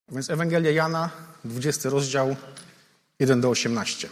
Więc Ewangelia Jana, 20 rozdział, 1-18.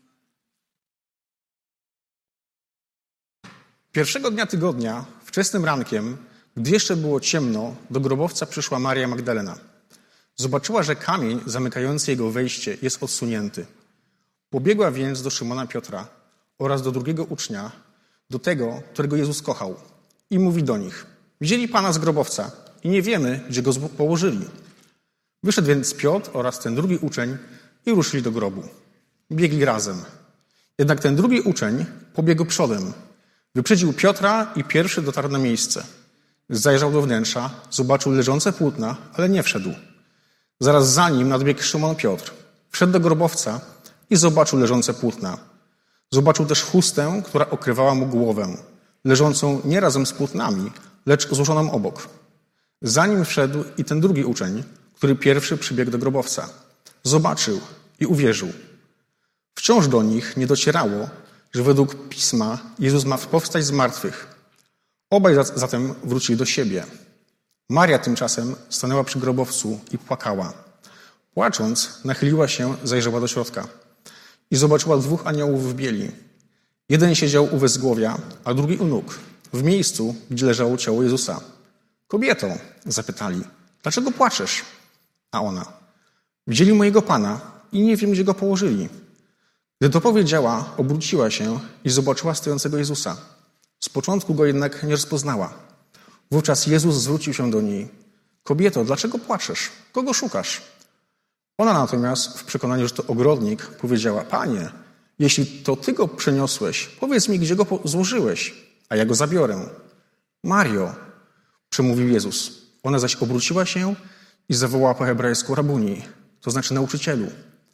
Pierwszego dnia tygodnia, wczesnym rankiem, gdy jeszcze było ciemno, do grobowca przyszła Maria Magdalena. Zobaczyła, że kamień zamykający jego wejście jest odsunięty. Pobiegła więc do Szymona Piotra oraz do drugiego ucznia, do tego, którego Jezus kochał. I mówi do nich: wzięli Pana z grobowca i nie wiemy, gdzie go położyli. Wyszedł więc Piotr oraz ten drugi uczeń i ruszyli do grobu. Biegli razem. Jednak ten drugi uczeń pobiegł przodem. Wyprzedził Piotra i pierwszy dotarł na miejsce. Zajrzał do wnętrza, zobaczył leżące płótna, ale nie wszedł. Zaraz za nim nadbiegł Szymon Piotr. Wszedł do grobowca i zobaczył leżące płótna. Zobaczył też chustę, która okrywała mu głowę, leżącą nie razem z płótnami, lecz złożoną obok. Za nim wszedł i ten drugi uczeń, który pierwszy przybiegł do grobowca. Zobaczył i uwierzył. Wciąż do nich nie docierało, że według Pisma Jezus ma powstać z martwych. Obaj zatem wrócili do siebie. Maria tymczasem stanęła przy grobowcu i płakała. Płacząc, nachyliła się, zajrzała do środka i zobaczyła 2 aniołów w bieli. Jeden siedział u wezgłowia, a drugi u nóg, w miejscu, gdzie leżało ciało Jezusa. Kobieto, zapytali, dlaczego płaczesz? A ona: wzięli mojego Pana i nie wiem, gdzie go położyli. Gdy to powiedziała, obróciła się i zobaczyła stojącego Jezusa. Z początku go jednak nie rozpoznała. Wówczas Jezus zwrócił się do niej: kobieto, dlaczego płaczesz? Kogo szukasz? Ona natomiast, w przekonaniu, że to ogrodnik, powiedziała: Panie, jeśli to Ty go przeniosłeś, powiedz mi, gdzie go złożyłeś, a ja go zabiorę. Mario, przemówił Jezus. Ona zaś obróciła się i zawołała po hebrajsku: rabuni, to znaczy nauczycielu.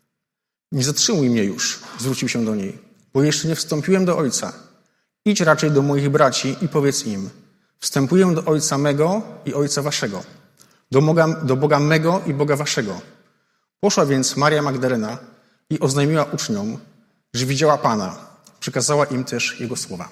Nie zatrzymuj mnie już, zwrócił się do niej, bo jeszcze nie wstąpiłem do Ojca. Idź raczej do moich braci i powiedz im: wstępuję do Ojca mego i Ojca waszego, do Boga mego i Boga waszego. Poszła więc Maria Magdalena i oznajmiła uczniom, że widziała Pana. Przekazała im też Jego słowa.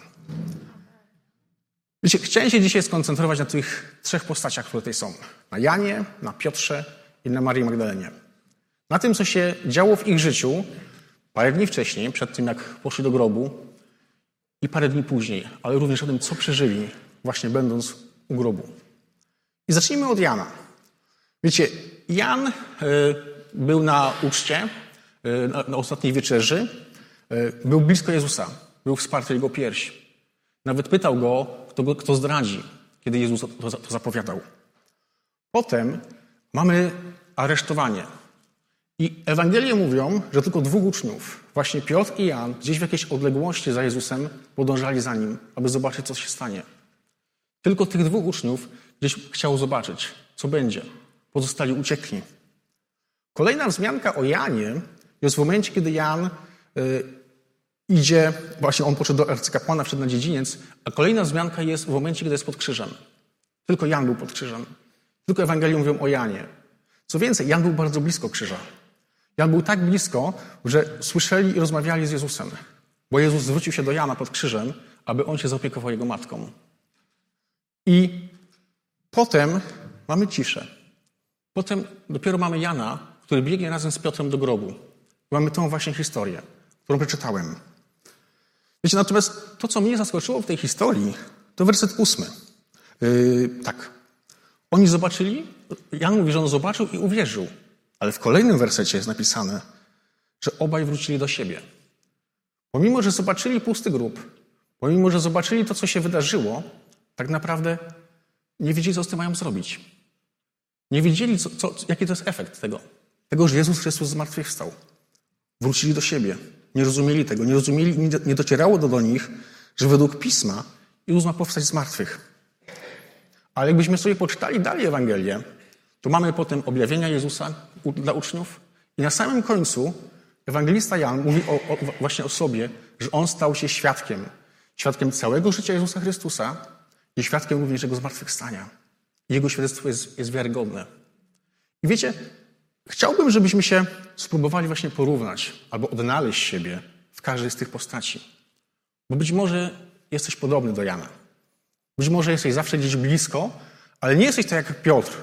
Wiecie, chciałem się dzisiaj skoncentrować na tych 3 postaciach, które tutaj są. Na Janie, na Piotrze i na Marii Magdalenie. Na tym, co się działo w ich życiu parę dni wcześniej, przed tym jak poszli do grobu, i parę dni później, ale również o tym, co przeżyli, właśnie będąc u grobu. I zacznijmy od Jana. Wiecie, Jan był na uczcie, na ostatniej wieczerzy, był blisko Jezusa, był wsparty Jego piersi. Nawet pytał go, kto zdradzi, kiedy Jezus to zapowiadał. Potem mamy aresztowanie. I Ewangelie mówią, że tylko 2 uczniów, właśnie Piotr i Jan, gdzieś w jakiejś odległości za Jezusem podążali za Nim, aby zobaczyć, co się stanie. Tylko tych 2 uczniów gdzieś chciało zobaczyć, co będzie. Pozostali uciekli. Kolejna wzmianka o Janie jest w momencie, kiedy Jan idzie, właśnie on poszedł do arcykapłana, wszedł na dziedziniec, a kolejna wzmianka jest w momencie, kiedy jest pod krzyżem. Tylko Jan był pod krzyżem. Tylko Ewangelie mówią o Janie. Co więcej, Jan był bardzo blisko krzyża. Jan był tak blisko, że słyszeli i rozmawiali z Jezusem. Bo Jezus zwrócił się do Jana pod krzyżem, aby on się zaopiekował jego matką. I potem mamy ciszę. Potem dopiero mamy Jana, który biegnie razem z Piotrem do grobu. Mamy tą właśnie historię, którą przeczytałem. Wiecie, natomiast to, co mnie zaskoczyło w tej historii, to werset 8. Tak. Oni zobaczyli, Jan mówi, że on zobaczył i uwierzył. Ale w kolejnym wersecie jest napisane, że obaj wrócili do siebie. Pomimo, że zobaczyli pusty grób, pomimo, że zobaczyli to, co się wydarzyło, tak naprawdę nie wiedzieli, co z tym mają zrobić. Nie wiedzieli, jaki to jest efekt tego, że Jezus Chrystus zmartwychwstał. Wrócili do siebie. Nie rozumieli tego. Nie docierało do nich, że według Pisma Jezus ma powstać z martwych. Ale jakbyśmy sobie poczytali dalej Ewangelię, to mamy potem objawienia Jezusa dla uczniów i na samym końcu ewangelista Jan mówi właśnie o sobie, że on stał się świadkiem. Świadkiem całego życia Jezusa Chrystusa i świadkiem również Jego zmartwychwstania. Jego świadectwo jest wiarygodne. I wiecie, chciałbym, żebyśmy się spróbowali właśnie porównać albo odnaleźć siebie w każdej z tych postaci. Bo być może jesteś podobny do Jana. Być może jesteś zawsze gdzieś blisko, ale nie jesteś tak jak Piotr,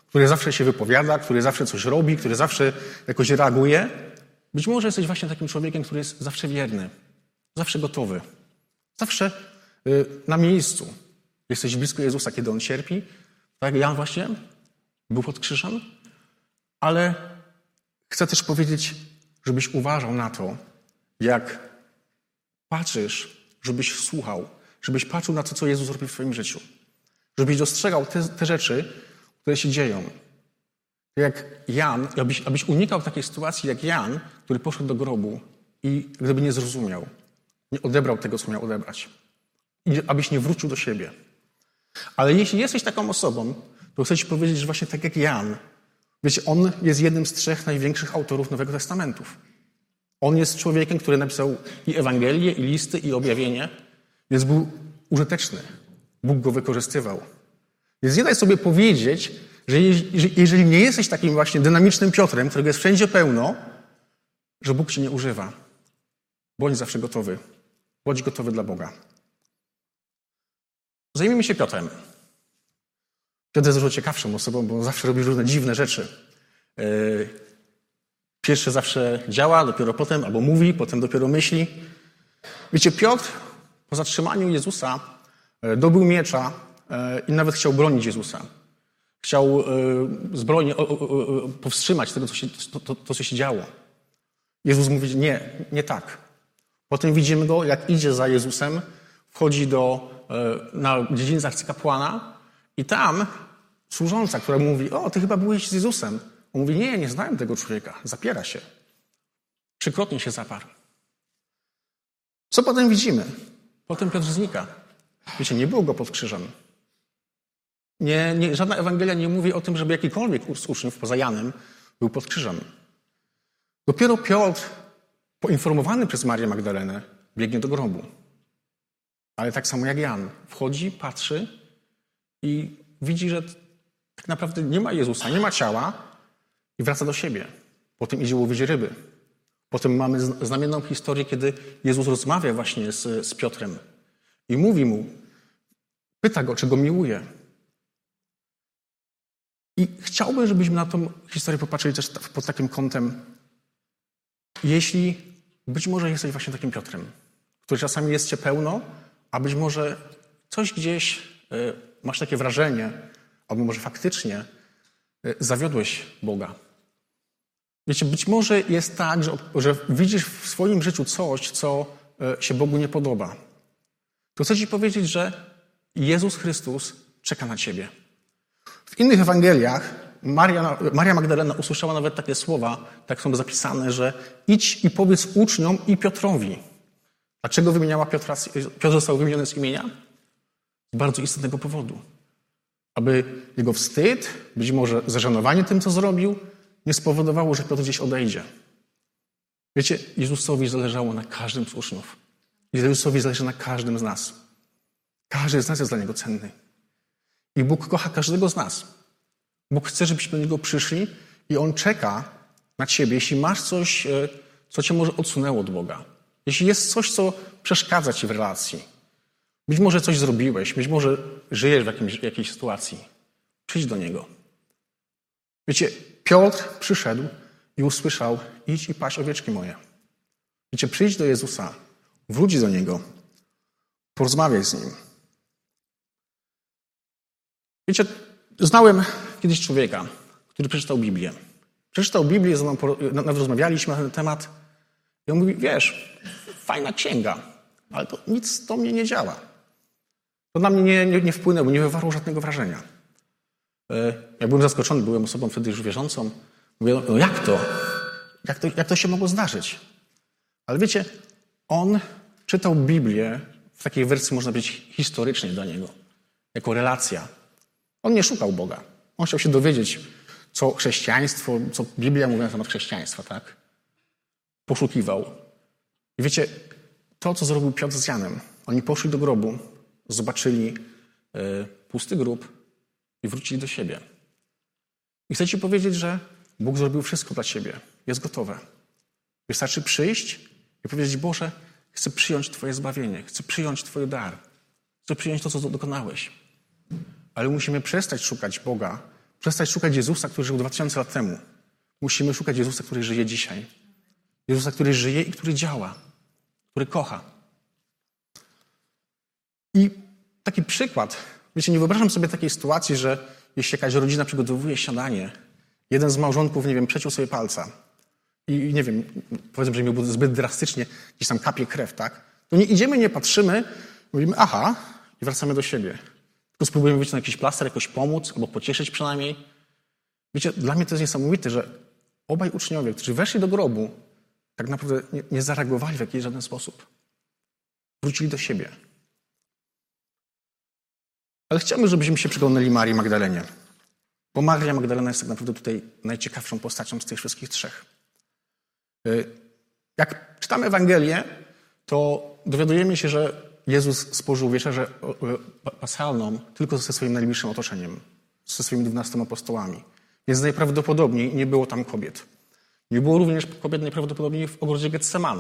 który zawsze się wypowiada, który zawsze coś robi, który zawsze jakoś reaguje. Być może jesteś właśnie takim człowiekiem, który jest zawsze wierny, zawsze gotowy, zawsze na miejscu. Jesteś blisko Jezusa, kiedy On cierpi. Tak jak Jan właśnie był pod krzyżem. Ale chcę też powiedzieć, żebyś uważał na to, jak patrzysz, żebyś słuchał, żebyś patrzył na to, co Jezus robi w twoim życiu. Żebyś dostrzegał te rzeczy, które się dzieją. Jak Jan, abyś unikał takiej sytuacji jak Jan, który poszedł do grobu i gdyby nie zrozumiał, nie odebrał tego, co miał odebrać. I abyś nie wrócił do siebie. Ale jeśli jesteś taką osobą, to chcę ci powiedzieć, że właśnie tak jak Jan, wiecie, on jest jednym z 3 największych autorów Nowego Testamentu. On jest człowiekiem, który napisał i Ewangelię, i listy, i objawienie, więc był użyteczny. Bóg go wykorzystywał. Więc nie daj sobie powiedzieć, że jeżeli nie jesteś takim właśnie dynamicznym Piotrem, którego jest wszędzie pełno, że Bóg cię nie używa. Bądź zawsze gotowy. Bądź gotowy dla Boga. Zajmijmy się Piotrem. Piotr jest dużo ciekawszą osobą, bo zawsze robi różne dziwne rzeczy. Pierwszy zawsze działa, dopiero potem albo mówi, potem dopiero myśli. Wiecie, Piotr po zatrzymaniu Jezusa dobył miecza i nawet chciał bronić Jezusa. Chciał zbrojnie powstrzymać tego, co się działo. Jezus mówi, nie tak. Potem widzimy go, jak idzie za Jezusem, wchodzi na dziedzińcach arcykapłana i tam służąca, która mówi, ty chyba byłeś z Jezusem. On mówi, nie znałem tego człowieka. Zapiera się. 3-krotnie się zaparł. Co potem widzimy? Potem Piotr znika. Wiecie, nie było go pod krzyżem. Żadna Ewangelia nie mówi o tym, żeby jakikolwiek z uczniów poza Janem był pod krzyżem. Dopiero Piotr, poinformowany przez Marię Magdalenę, biegnie do grobu. Ale tak samo jak Jan. Wchodzi, patrzy i widzi, że tak naprawdę nie ma Jezusa, nie ma ciała i wraca do siebie. Potem idzie łowić ryby. Potem mamy znamienną historię, kiedy Jezus rozmawia właśnie z Piotrem i mówi mu, pyta go, czy go miłuje. I chciałbym, żebyśmy na tą historię popatrzyli też pod takim kątem, jeśli być może jesteś właśnie takim Piotrem, który czasami jest cię pełno, a być może coś gdzieś masz takie wrażenie, albo może faktycznie zawiodłeś Boga. Wiecie, być może jest tak, że widzisz w swoim życiu coś, co się Bogu nie podoba. To chcę ci powiedzieć, że Jezus Chrystus czeka na ciebie. W innych Ewangeliach Maria Magdalena usłyszała nawet takie słowa, tak są zapisane, że idź i powiedz uczniom i Piotrowi. Dlaczego wymieniała Piotra? Piotr został wymieniony z imienia? Z bardzo istotnego powodu. Aby jego wstyd, być może zażenowanie tym, co zrobił, nie spowodowało, że Piotr gdzieś odejdzie. Wiecie, Jezusowi zależało na każdym z uczniów. Jezusowi zależy na każdym z nas. Każdy z nas jest dla Niego cenny. I Bóg kocha każdego z nas. Bóg chce, żebyśmy do Niego przyszli i On czeka na ciebie, jeśli masz coś, co cię może odsunęło od Boga. Jeśli jest coś, co przeszkadza ci w relacji. Być może coś zrobiłeś, być może żyjesz w jakiejś sytuacji. Przyjdź do Niego. Wiecie, Piotr przyszedł i usłyszał, idź i paś owieczki moje. Wiecie, przyjdź do Jezusa, wróć do Niego, porozmawiaj z Nim. Wiecie, znałem kiedyś człowieka, który przeczytał Biblię. Przeczytał Biblię, nawet rozmawialiśmy na ten temat i on mówi, wiesz, fajna księga, ale to nic do mnie nie działa. To na mnie nie wpłynęło, nie wywarło żadnego wrażenia. Ja byłem zaskoczony, byłem osobą wtedy już wierzącą. Mówię, no jak to? Jak to się mogło zdarzyć? Ale wiecie, on czytał Biblię w takiej wersji, można powiedzieć, historycznej dla niego. Jako relacja. On nie szukał Boga. On chciał się dowiedzieć, co chrześcijaństwo, co Biblia mówi na temat chrześcijaństwa, tak? Poszukiwał. I wiecie, to, co zrobił Piotr z Janem. Oni poszli do grobu, zobaczyli pusty grób i wrócili do siebie. I chcę ci powiedzieć, że Bóg zrobił wszystko dla ciebie. Jest gotowe. Wystarczy przyjść i powiedzieć, Boże, chcę przyjąć Twoje zbawienie, chcę przyjąć Twój dar, chcę przyjąć to, co dokonałeś. Ale musimy przestać szukać Boga przestać szukać Jezusa, który żył 2000 lat temu. Musimy szukać Jezusa, który żyje dzisiaj. Jezusa, który żyje i który działa, który kocha. I taki przykład, wiecie, nie wyobrażam sobie takiej sytuacji, że jeśli jakaś rodzina przygotowuje śniadanie, jeden z małżonków, nie wiem, przeciął sobie palca i nie wiem, powiedzmy, że miał zbyt drastycznie, gdzieś tam kapie krew, tak? To nie idziemy, nie patrzymy, mówimy aha i wracamy do siebie. Tylko spróbujemy wyjść na jakiś plaster, jakoś pomóc albo pocieszyć przynajmniej. Wiecie, dla mnie to jest niesamowite, że obaj uczniowie, którzy weszli do grobu, tak naprawdę nie zareagowali w jakiś żaden sposób. Wrócili do siebie. Ale chciałbym, żebyśmy się przyglądali Marii Magdalenie. Bo Maria Magdalena jest tak naprawdę tutaj najciekawszą postacią z tych wszystkich trzech. Jak czytamy Ewangelię, to dowiadujemy się, że Jezus spożył wieczerzę paschalną tylko ze swoim najbliższym otoczeniem, ze swoimi 12 apostołami. Więc najprawdopodobniej nie było tam kobiet. Nie było również kobiet najprawdopodobniej w ogrodzie Getsemane.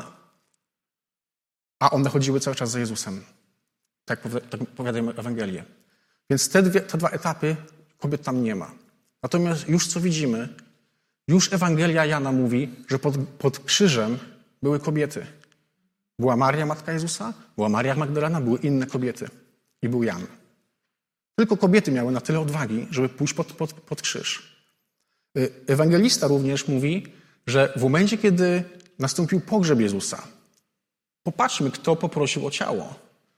A one chodziły cały czas za Jezusem. Tak powiadają Ewangelię. Więc te dwa etapy kobiet tam nie ma. Natomiast już co widzimy, już Ewangelia Jana mówi, że pod krzyżem były kobiety. Była Maria, matka Jezusa, była Maria Magdalena, były inne kobiety i był Jan. Tylko kobiety miały na tyle odwagi, żeby pójść pod krzyż. Ewangelista również mówi, że w momencie, kiedy nastąpił pogrzeb Jezusa, popatrzmy, kto poprosił o ciało.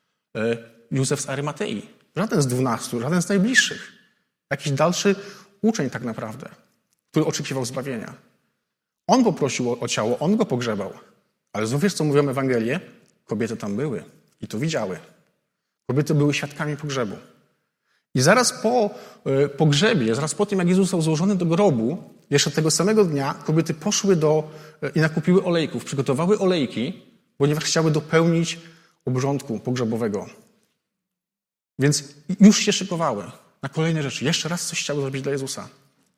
Józef z Arymatei. Żaden z 12, żaden z najbliższych. Jakiś dalszy uczeń tak naprawdę, który oczekiwał zbawienia. On poprosił o ciało, on go pogrzebał. Ale znów wiesz, co mówią Ewangelie? Kobiety tam były i to widziały. Kobiety były świadkami pogrzebu. I zaraz po pogrzebie, zaraz po tym, jak Jezus został złożony do grobu, jeszcze tego samego dnia kobiety poszły i nakupiły olejków, przygotowały olejki, ponieważ chciały dopełnić obrządku pogrzebowego. Więc już się szykowały na kolejne rzeczy. Jeszcze raz coś chciały zrobić dla Jezusa.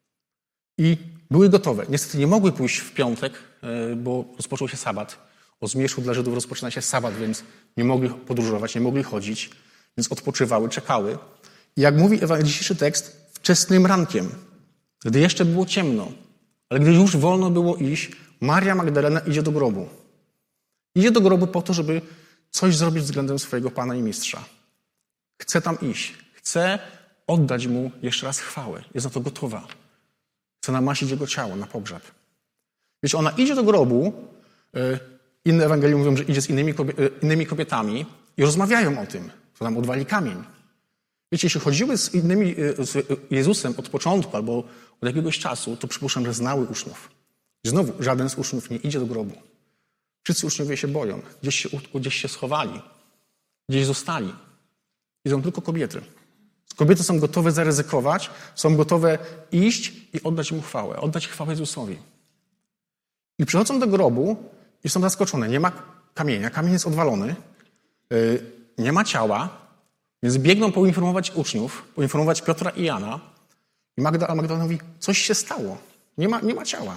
I były gotowe. Niestety nie mogły pójść w piątek, bo rozpoczął się sabat. O zmierzchu dla Żydów rozpoczyna się sabat, więc nie mogli podróżować, nie mogli chodzić, więc odpoczywały, czekały. I jak mówi dzisiejszy tekst, wczesnym rankiem, gdy jeszcze było ciemno, ale gdy już wolno było iść, Maria Magdalena idzie do grobu. Idzie do grobu po to, żeby coś zrobić względem swojego Pana i Mistrza. Chce tam iść. Chce oddać Mu jeszcze raz chwałę. Jest na to gotowa. Chce namaścić Jego ciało na pogrzeb. Wiecie, ona idzie do grobu, inne Ewangelie mówią, że idzie z innymi kobietami i rozmawiają o tym, co tam odwali kamień. Wiecie, jeśli chodziły z Jezusem od początku albo od jakiegoś czasu, to przypuszczam, że znały uczniów. I znowu żaden z uczniów nie idzie do grobu. Wszyscy uczniowie się boją. Gdzieś się schowali. Gdzieś zostali. Idą tylko kobiety. Kobiety są gotowe zaryzykować, są gotowe iść i oddać Mu chwałę. Oddać chwałę Jezusowi. I przychodzą do grobu i są zaskoczone. Nie ma kamienia. Kamień jest odwalony. Nie ma ciała. Więc biegną poinformować uczniów, poinformować Piotra i Jana. I Magdalena mówi, coś się stało. Nie ma ciała.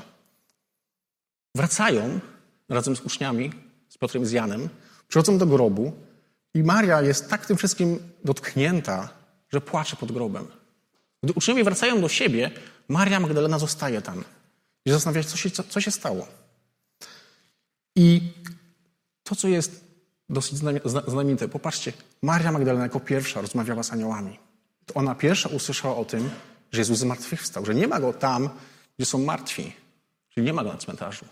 Wracają razem z uczniami, z Piotrem i z Janem. Przychodzą do grobu i Maria jest tak tym wszystkim dotknięta, że płacze pod grobem. Gdy uczniowie wracają do siebie, Maria Magdalena zostaje tam. I zastanawia się, co się stało. I to, co jest dosyć znamienite. Popatrzcie, Maria Magdalena jako pierwsza rozmawiała z aniołami. To ona pierwsza usłyszała o tym, że Jezus zmartwychwstał, że nie ma Go tam, gdzie są martwi. Czyli nie ma Go na cmentarzu.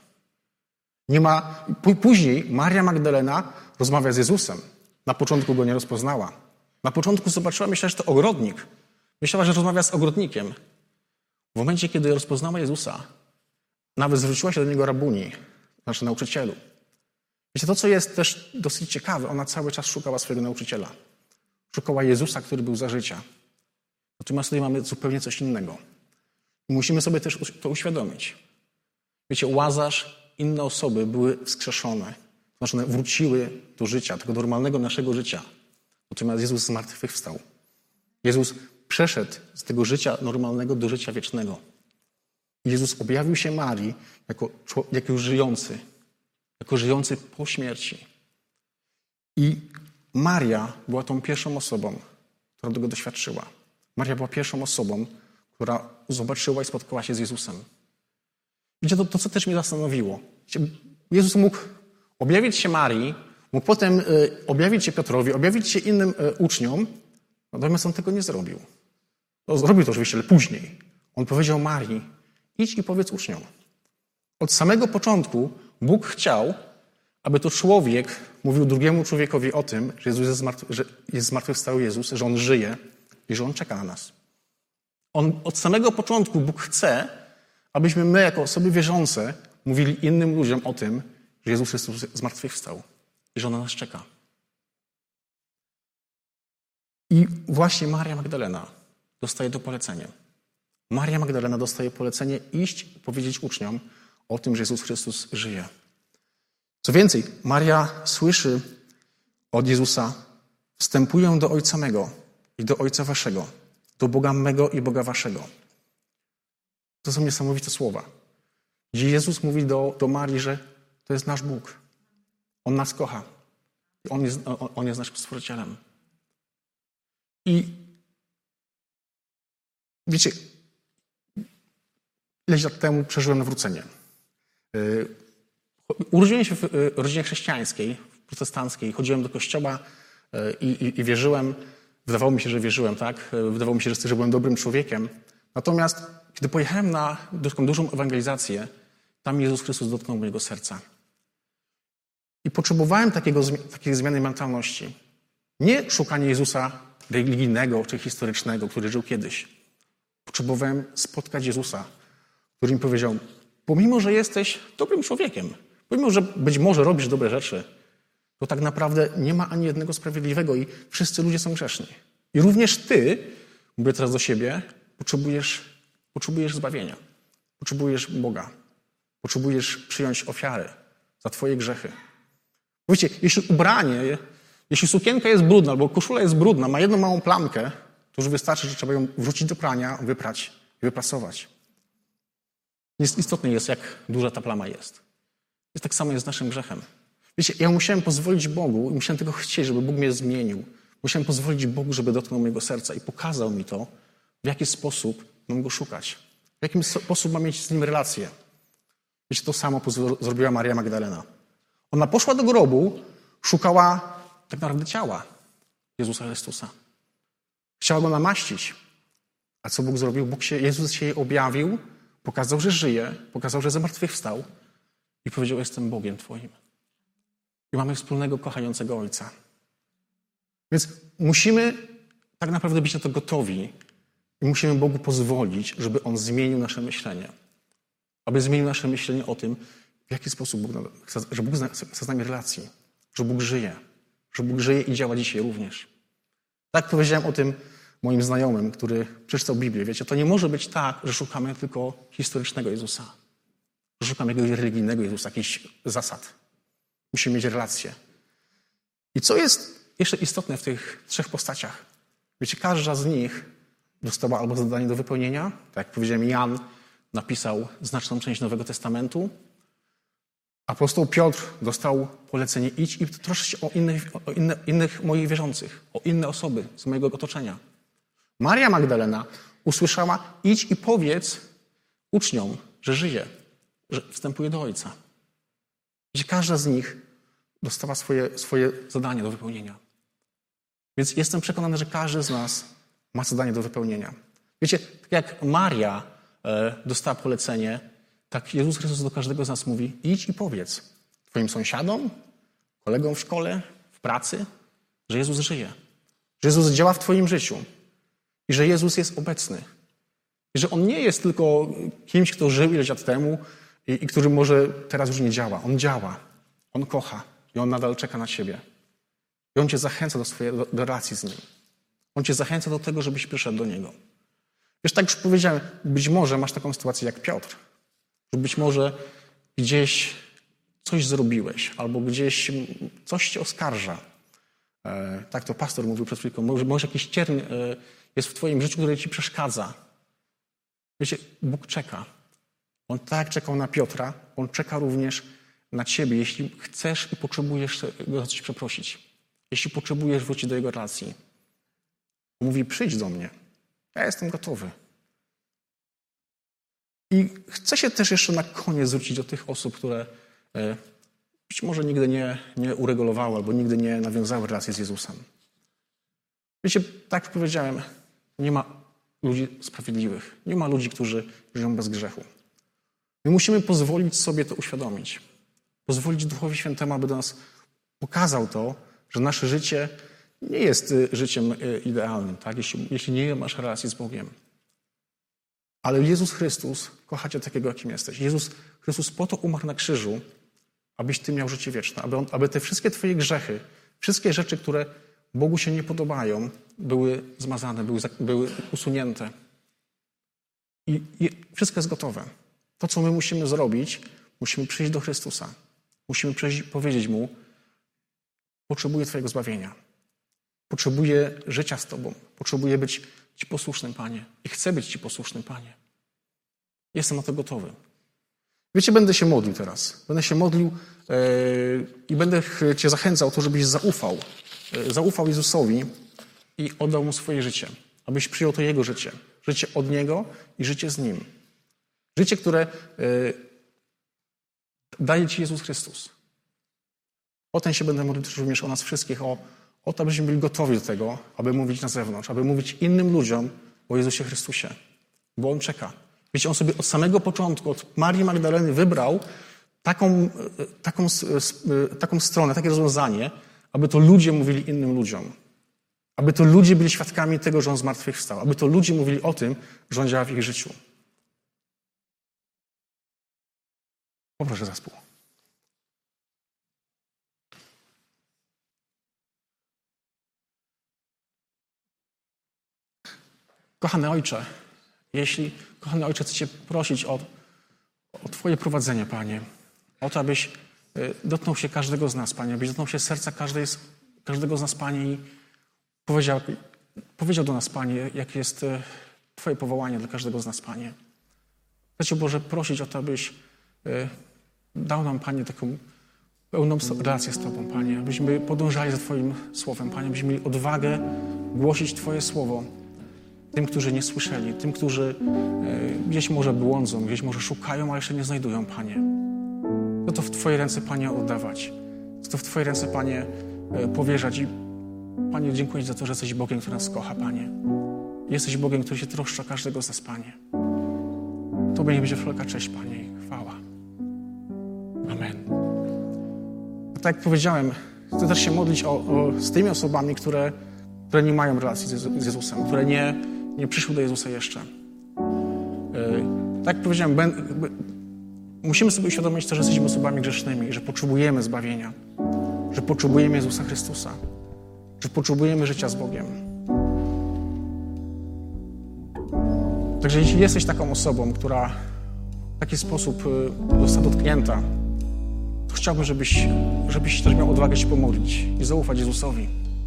Później Maria Magdalena rozmawia z Jezusem. Na początku Go nie rozpoznała. Na początku zobaczyła, myślała, że to ogrodnik. Myślała, że rozmawia z ogrodnikiem. W momencie, kiedy rozpoznała Jezusa, nawet zwróciła się do Niego rabuni, znaczy nauczycielu. Wiecie, to, co jest też dosyć ciekawe, ona cały czas szukała swojego nauczyciela. Szukała Jezusa, który był za życia. Natomiast tutaj mamy zupełnie coś innego. I musimy sobie też to uświadomić. Wiecie, Łazarz, inne osoby były wskrzeszone. To znaczy one wróciły do życia, tego normalnego naszego życia. Natomiast Jezus zmartwychwstał. Jezus przeszedł z tego życia normalnego do życia wiecznego. I Jezus objawił się Marii jako żyjący. Jako żyjący po śmierci. I Maria była tą pierwszą osobą, która tego doświadczyła. Maria była pierwszą osobą, która zobaczyła i spotkała się z Jezusem. Wiecie, to co też mnie zastanowiło. Jezus mógł objawić się Marii, mógł potem objawić się Piotrowi, objawić się innym uczniom, natomiast on tego nie zrobił. Zrobił to oczywiście, ale później. On powiedział Marii, idź i powiedz uczniom. Od samego początku Bóg chciał, aby to człowiek mówił drugiemu człowiekowi o tym, że jest zmartwychwstały Jezus, że On żyje i że On czeka na nas. Od samego początku Bóg chce, abyśmy my, jako osoby wierzące, mówili innym ludziom o tym, że Jezus Chrystus zmartwychwstał i że On na nas czeka. I właśnie Maria Magdalena dostaje to polecenie. Maria Magdalena dostaje polecenie iść i powiedzieć uczniom o tym, że Jezus Chrystus żyje. Co więcej, Maria słyszy od Jezusa: wstępuję do Ojca mego i do Ojca waszego, do Boga mego i Boga waszego. To są niesamowite słowa. Gdzie Jezus mówi do Marii, że to jest nasz Bóg. On nas kocha. On jest naszym Stworzycielem. I wiecie, ileś lat temu przeżyłem nawrócenie. Urodziłem się w rodzinie chrześcijańskiej, protestanckiej. Chodziłem do kościoła i wierzyłem. Wydawało mi się, że wierzyłem, tak? Wydawało mi się, że byłem dobrym człowiekiem. Natomiast kiedy pojechałem na taką dużą ewangelizację, tam Jezus Chrystus dotknął mojego serca. I potrzebowałem takiej zmiany mentalności. Nie szukania Jezusa religijnego czy historycznego, który żył kiedyś. Potrzebowałem spotkać Jezusa, który mi powiedział: pomimo, że jesteś dobrym człowiekiem, pomimo, że być może robisz dobre rzeczy, to tak naprawdę nie ma ani jednego sprawiedliwego i wszyscy ludzie są grzeszni. I również ty, mówię teraz do siebie, potrzebujesz zbawienia. Potrzebujesz Boga. Potrzebujesz przyjąć ofiarę za twoje grzechy. Wiecie, jeśli sukienka jest brudna albo koszula jest brudna, ma jedną małą plamkę, to już wystarczy, że trzeba ją wrzucić do prania, wyprać i wyprasować. Istotne jest, jak duża ta plama jest. Jest tak samo jest z naszym grzechem. Wiecie, ja musiałem pozwolić Bogu i musiałem tego chcieć, żeby Bóg mnie zmienił. Musiałem pozwolić Bogu, żeby dotknął mojego serca i pokazał mi to, w jaki sposób mam Go szukać. W jaki sposób mam mieć z Nim relację. Wiecie, to samo zrobiła Maria Magdalena. Ona poszła do grobu, szukała tak naprawdę ciała Jezusa Chrystusa. Chciała Go namaścić. A co Bóg zrobił? Jezus się jej objawił, pokazał, że żyje, pokazał, że zmartwychwstał i powiedział: jestem Bogiem Twoim. I mamy wspólnego, kochającego Ojca. Więc musimy tak naprawdę być na to gotowi i musimy Bogu pozwolić, żeby On zmienił nasze myślenie. Aby zmienił nasze myślenie o tym, w jaki sposób że Bóg chce z nami relacji, że Bóg żyje i działa dzisiaj również. Tak powiedziałem o tym moim znajomym, który przeczytał Biblię. Wiecie, to nie może być tak, że szukamy tylko historycznego Jezusa. Że szukamy jakiegoś religijnego Jezusa, jakichś zasad. Musimy mieć relację. I co jest jeszcze istotne w tych trzech postaciach? Wiecie, każda z nich dostała albo zadanie do wypełnienia. Tak jak powiedziałem, Jan napisał znaczną część Nowego Testamentu. Apostoł Piotr dostał polecenie: idź i troszcz się o innych moich wierzących, o inne osoby z mojego otoczenia. Maria Magdalena usłyszała: idź i powiedz uczniom, że żyje, że wstępuje do Ojca. Wiecie, każda z nich dostała swoje zadanie do wypełnienia. Więc jestem przekonany, że każdy z nas ma zadanie do wypełnienia. Wiecie, tak jak Maria dostała polecenie, tak Jezus Chrystus do każdego z nas mówi: idź i powiedz twoim sąsiadom, kolegom w szkole, w pracy, że Jezus żyje. Że Jezus działa w twoim życiu. I że Jezus jest obecny. I że On nie jest tylko kimś, kto żył ileś lat temu i który może teraz już nie działa. On działa. On kocha. I On nadal czeka na ciebie. I On cię zachęca do relacji z Nim. On cię zachęca do tego, żebyś przyszedł do Niego. Wiesz, tak już powiedziałem, być może masz taką sytuację jak Piotr. Że być może gdzieś coś zrobiłeś, albo gdzieś coś cię oskarża. Tak to pastor mówił przed chwilką. Może jakiś cierń jest w twoim życiu, który ci przeszkadza. Wiecie, Bóg czeka. On tak czekał na Piotra, On czeka również na ciebie, jeśli chcesz i potrzebujesz Go za coś przeprosić. Jeśli potrzebujesz wrócić do Jego relacji. On mówi: przyjdź do mnie. Ja jestem gotowy. I chcę się też jeszcze na koniec zwrócić do tych osób, które być może nigdy nie uregulowały albo nigdy nie nawiązały relacji z Jezusem. Wiecie, tak jak powiedziałem, nie ma ludzi sprawiedliwych. Nie ma ludzi, którzy żyją bez grzechu. My musimy pozwolić sobie to uświadomić. Pozwolić Duchowi Świętemu, aby do nas pokazał to, że nasze życie nie jest życiem idealnym, tak? Jeśli nie masz relacji z Bogiem. Ale Jezus Chrystus kocha cię takiego, jakim jesteś. Jezus Chrystus po to umarł na krzyżu, abyś ty miał życie wieczne. Aby te wszystkie twoje grzechy, wszystkie rzeczy, które Bogu się nie podobają, były zmazane, były usunięte. I wszystko jest gotowe. To, co my musimy zrobić, musimy przyjść do Chrystusa. Musimy przyjść i powiedzieć Mu: potrzebuję Twojego zbawienia. Potrzebuję życia z Tobą. Potrzebuję być Ci posłusznym, Panie. I chcę być Ci posłusznym, Panie. Jestem na to gotowy. Wiecie, będę się modlił teraz. Będę się modlił i będę Cię zachęcał o to, żebyś zaufał. Zaufał Jezusowi i oddał Mu swoje życie. Abyś przyjął to Jego życie. Życie od Niego i życie z Nim. Życie, które daje Ci Jezus Chrystus. Potem się będę modlił też również o nas wszystkich, o to, abyśmy byli gotowi do tego, aby mówić na zewnątrz, aby mówić innym ludziom o Jezusie Chrystusie. Bo On czeka. Wiecie, On sobie od samego początku, od Marii Magdaleny wybrał taką stronę, takie rozwiązanie, aby to ludzie mówili innym ludziom. Aby to ludzie byli świadkami tego, że On zmartwychwstał. Aby to ludzie mówili o tym, że On działa w ich życiu. Poproszę zespół. Kochany Ojcze, kochany Ojcze, chcę Cię prosić o Twoje prowadzenie, Panie. O to, abyś dotknął się każdego z nas, Panie. Abyś dotknął się serca każdego z nas, Panie, i powiedział do nas, Panie, jakie jest Twoje powołanie dla każdego z nas, Panie. Chcę Cię, Boże, prosić o to, abyś dał nam, Panie, taką pełną relację z Tobą, Panie. Abyśmy podążali za Twoim słowem, Panie. Abyśmy mieli odwagę głosić Twoje słowo tym, którzy nie słyszeli, tym, którzy gdzieś może błądzą, gdzieś może szukają, a jeszcze nie znajdują, Panie. To w Twoje ręce, Panie, oddawać. To w Twoje ręce, Panie, powierzać. I Panie, dziękuję Ci za to, że jesteś Bogiem, który nas kocha, Panie. Jesteś Bogiem, który się troszczy o każdego z nas, Panie. Tobie niech będzie wszelka cześć, Panie, i chwała. Amen. Tak jak powiedziałem, chcę też się modlić z tymi osobami, które nie mają relacji z Jezusem, które nie przyszły do Jezusa jeszcze. Tak jak powiedziałem, musimy sobie uświadomić to, że jesteśmy osobami grzesznymi, że potrzebujemy zbawienia, że potrzebujemy Jezusa Chrystusa, że potrzebujemy życia z Bogiem. Także jeśli jesteś taką osobą, która w taki sposób została dotknięta, to chciałbym, żebyś też miał odwagę się pomodlić i zaufać Jezusowi.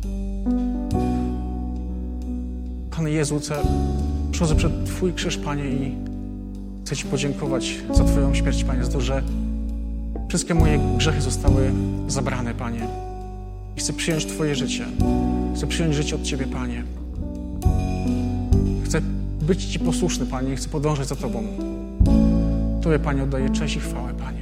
Panie Jezu, przychodzę przed Twój krzyż, Panie, i chcę Ci podziękować za Twoją śmierć, Panie, za to, że wszystkie moje grzechy zostały zabrane, Panie. I chcę przyjąć Twoje życie. Chcę przyjąć życie od Ciebie, Panie. Chcę być Ci posłuszny, Panie, i chcę podążać za Tobą. Tobie, Panie, oddaję cześć i chwałę, Panie.